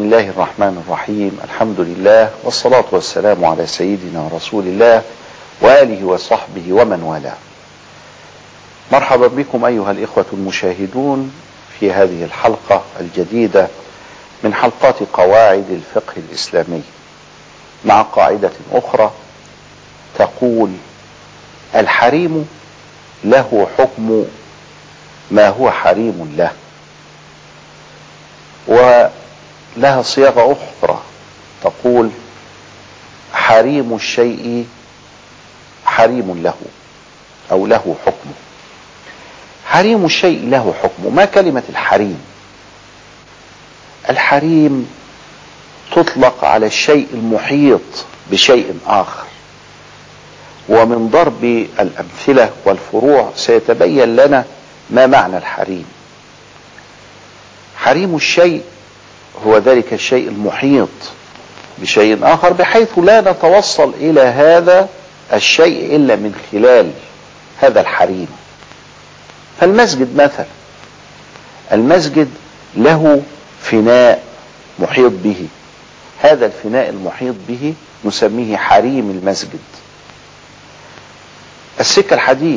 الله الرحمن الرحيم. الحمد لله والصلاة والسلام على سيدنا رسول الله وآله وصحبه ومن والاه. مرحبا بكم أيها الإخوة المشاهدون في هذه الحلقة الجديدة من حلقات قواعد الفقه الإسلامي، مع قاعدة أخرى تقول: الحريم له حكم ما هو حريم له. ولها صياغة أخرى تقول: حريم الشيء حريم له أو له حكم. حريم الشيء له حكم. ما كلمة الحريم؟ الحريم تطلق على الشيء المحيط بشيء آخر، ومن ضرب الأمثلة والفروع سيتبين لنا ما معنى الحريم. حريم الشيء هو ذلك الشيء المحيط بشيء آخر، بحيث لا نتوصل إلى هذا الشيء إلا من خلال هذا الحريم. فالمسجد مثلا، المسجد له فناء محيط به، هذا الفناء المحيط به نسميه حريم المسجد. السكة الحديد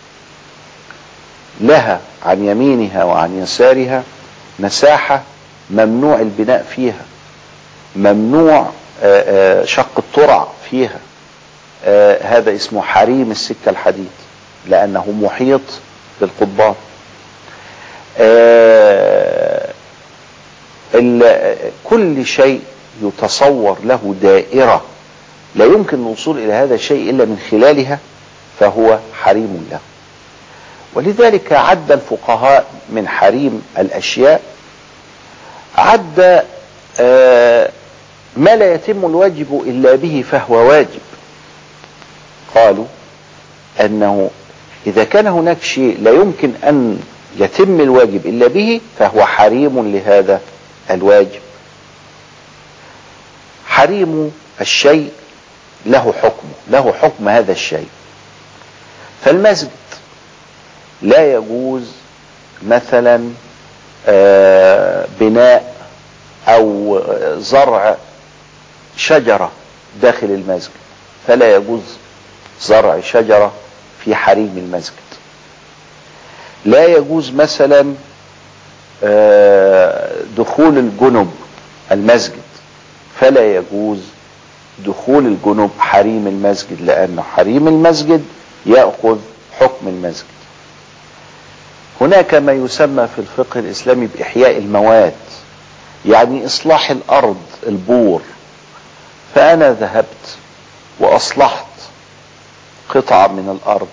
لها عن يمينها وعن يسارها مساحة ممنوع البناء فيها، ممنوع شق الترع فيها، هذا اسمه حريم السكة الحديد لأنه محيط بالقضبان. كل شيء يتصور له دائرة لا يمكن الوصول إلى هذا الشيء إلا من خلالها فهو حريم له. ولذلك عد الفقهاء من حريم الأشياء، عد ما لا يتم الواجب إلا به فهو واجب. قالوا أنه إذا كان هناك شيء لا يمكن أن يتم الواجب إلا به فهو حريم لهذا الواجب. حريم الشيء له حكم، له حكم هذا الشيء. فالمسجد لا يجوز مثلا بناء أو زرع شجرة داخل المسجد، فلا يجوز زرع شجرة في حريم المسجد. لا يجوز مثلا دخول الجنب المسجد، فلا يجوز دخول الجنب حريم المسجد، لأن حريم المسجد يأخذ حكم المسجد. هناك ما يسمى في الفقه الإسلامي بإحياء المواد، يعني إصلاح الأرض، البور. فأنا ذهبت وأصلحت قطعة من الأرض،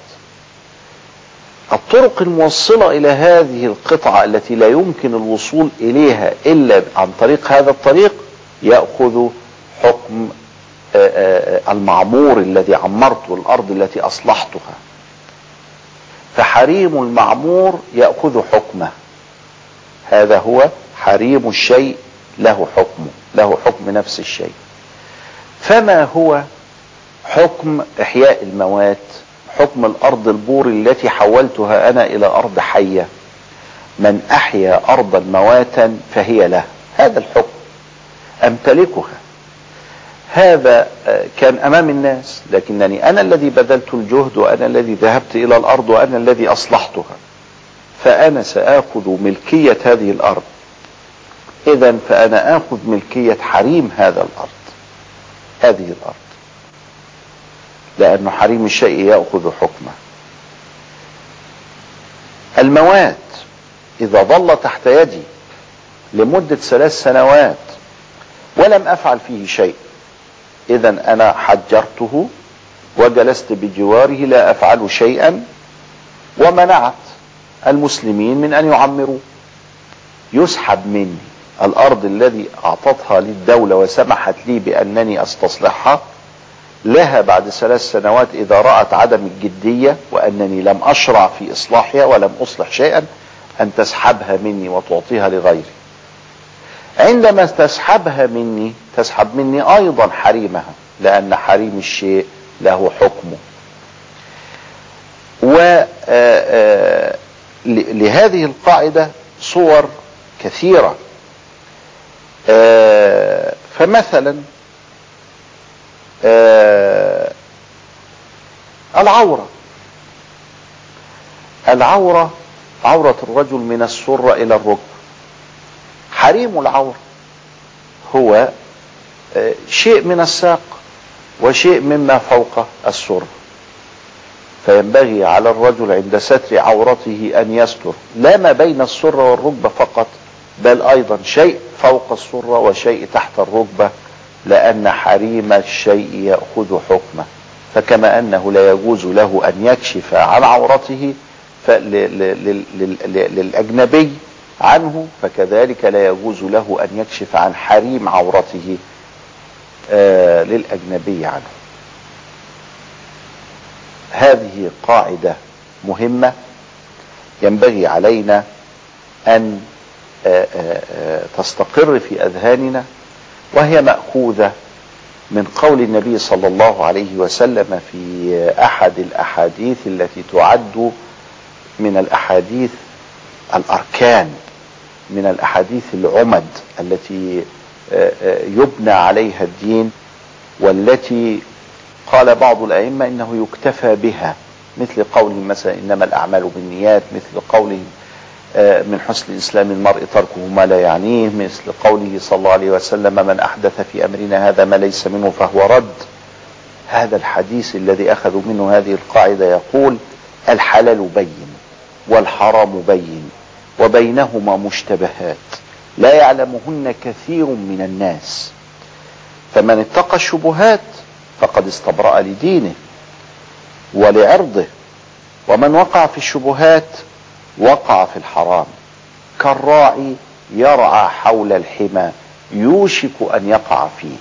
الطرق الموصلة إلى هذه القطعة التي لا يمكن الوصول إليها إلا عن طريق هذا الطريق يأخذ حكم المعمور الذي عمرته، الأرض التي أصلحتها. فحريم المعمور يأخذ حكمه، هذا هو حريم الشيء له حكمه، له حكم نفس الشيء. فما هو حكم إحياء الموات؟ حكم الأرض البور التي حولتها أنا إلى أرض حية. من أحيا أرضا مواتا فهي له، هذا الحكم، أمتلكها. هذا كان أمام الناس، لكنني أنا الذي بذلت الجهد، وأنا الذي ذهبت إلى الأرض، وأنا الذي أصلحتها، فأنا سآخذ ملكية هذه الأرض. إذن فأنا آخذ ملكية حريم هذا الأرض، هذه الأرض، لأن حريم الشيء يأخذ حكمه. الموات إذا ظل تحت يدي لمدة 3 سنوات ولم أفعل فيه شيء، إذن أنا حجرته وجلست بجواره لا أفعل شيئا، ومنعت المسلمين من أن يعمروا. يسحب مني الأرض الذي أعطتها للدولة وسمحت لي بأنني أستصلحها، لها بعد 3 سنوات إذا رأت عدم الجدية وأنني لم أشرع في إصلاحها ولم أصلح شيئا أن تسحبها مني وتعطيها لغيري. عندما تسحبها مني تسحب مني أيضا حريمها، لأن حريم الشيء له حكمه. ولهذه القاعدة صور كثيرة. فمثلا العورة عورة الرجل من السرة إلى الركبة. حريم العورة هو شيء من الساق وشيء مما فوق السرة، فينبغي على الرجل عند ستر عورته أن يستر لا ما بين السرة والركبة فقط، بل أيضا شيء فوق السرة وشيء تحت الركبة، لأن حريم الشيء يأخذ حكمه. فكما أنه لا يجوز له أن يكشف عن عورته للأجنبي عنه، فكذلك لا يجوز له أن يكشف عن حريم عورته للأجنبي عنه. هذه قاعدة مهمة ينبغي علينا أن تستقر في أذهاننا، وهي مأخوذة من قول النبي صلى الله عليه وسلم في أحد الأحاديث التي تعد من الأحاديث الأركان، من الأحاديث العمد التي يبنى عليها الدين، والتي قال بعض الأئمة إنه يكتفى بها، مثل قوله مثلا إنما الأعمال بالنيات، مثل قوله من حسن الإسلام المرء تركه ما لا يعنيه، مثل قوله صلى الله عليه وسلم من أحدث في أمرنا هذا ما ليس منه فهو رد. هذا الحديث الذي أخذوا منه هذه القاعدة يقول الحلال بين والحرام بين وبينهما مشتبهات لا يعلمهن كثير من الناس، فمن اتقى الشبهات فقد استبرأ لدينه ولعرضه، ومن وقع في الشبهات وقع في الحرام. كالراعي يرعى حول الحمى يوشك أن يقع فيه.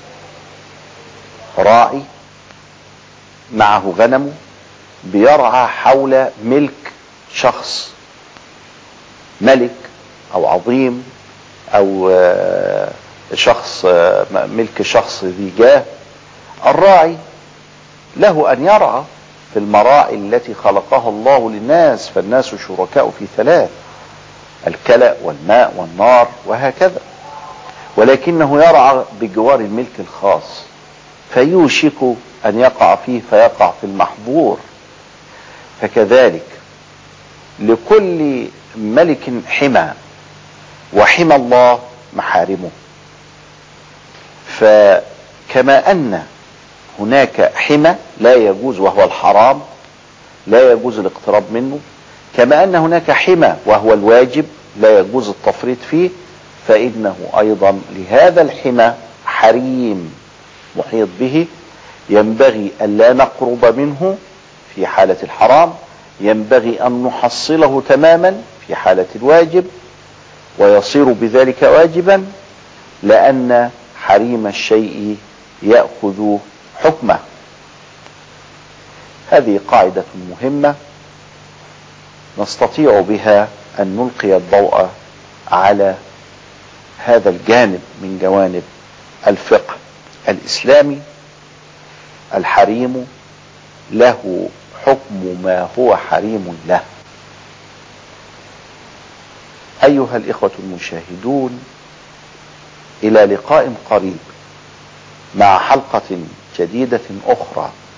راعي معه غنمه بيرعى حول ملك شخص، ملك أو عظيم أو شخص، ملك شخص ذي جاه. الراعي له أن يرعى في المراعي التي خلقها الله للناس، فالناس شركاء في ثلاث: الكلأ والماء والنار وهكذا، ولكنه يرعى بجوار الملك الخاص، فيوشك أن يقع فيه فيقع في المحظور. فكذلك لكل ملك حمى، وحمى الله محارمه. فكما أن هناك حمى لا يجوز وهو الحرام لا يجوز الاقتراب منه، كما أن هناك حمى وهو الواجب لا يجوز التفريط فيه، فإنه أيضا لهذا الحمى حريم محيط به ينبغي أن لا نقرب منه في حالة الحرام، ينبغي أن نحصله تماما في حالة الواجب، ويصير بذلك واجبا، لأن حريم الشيء يأخذ حكمه. هذه قاعدة مهمة نستطيع بها أن نلقي الضوء على هذا الجانب من جوانب الفقه الإسلامي. الحريم له حكم ما هو حريم له. أيها الإخوة المشاهدون، إلى لقاء قريب مع حلقة جديدة أخرى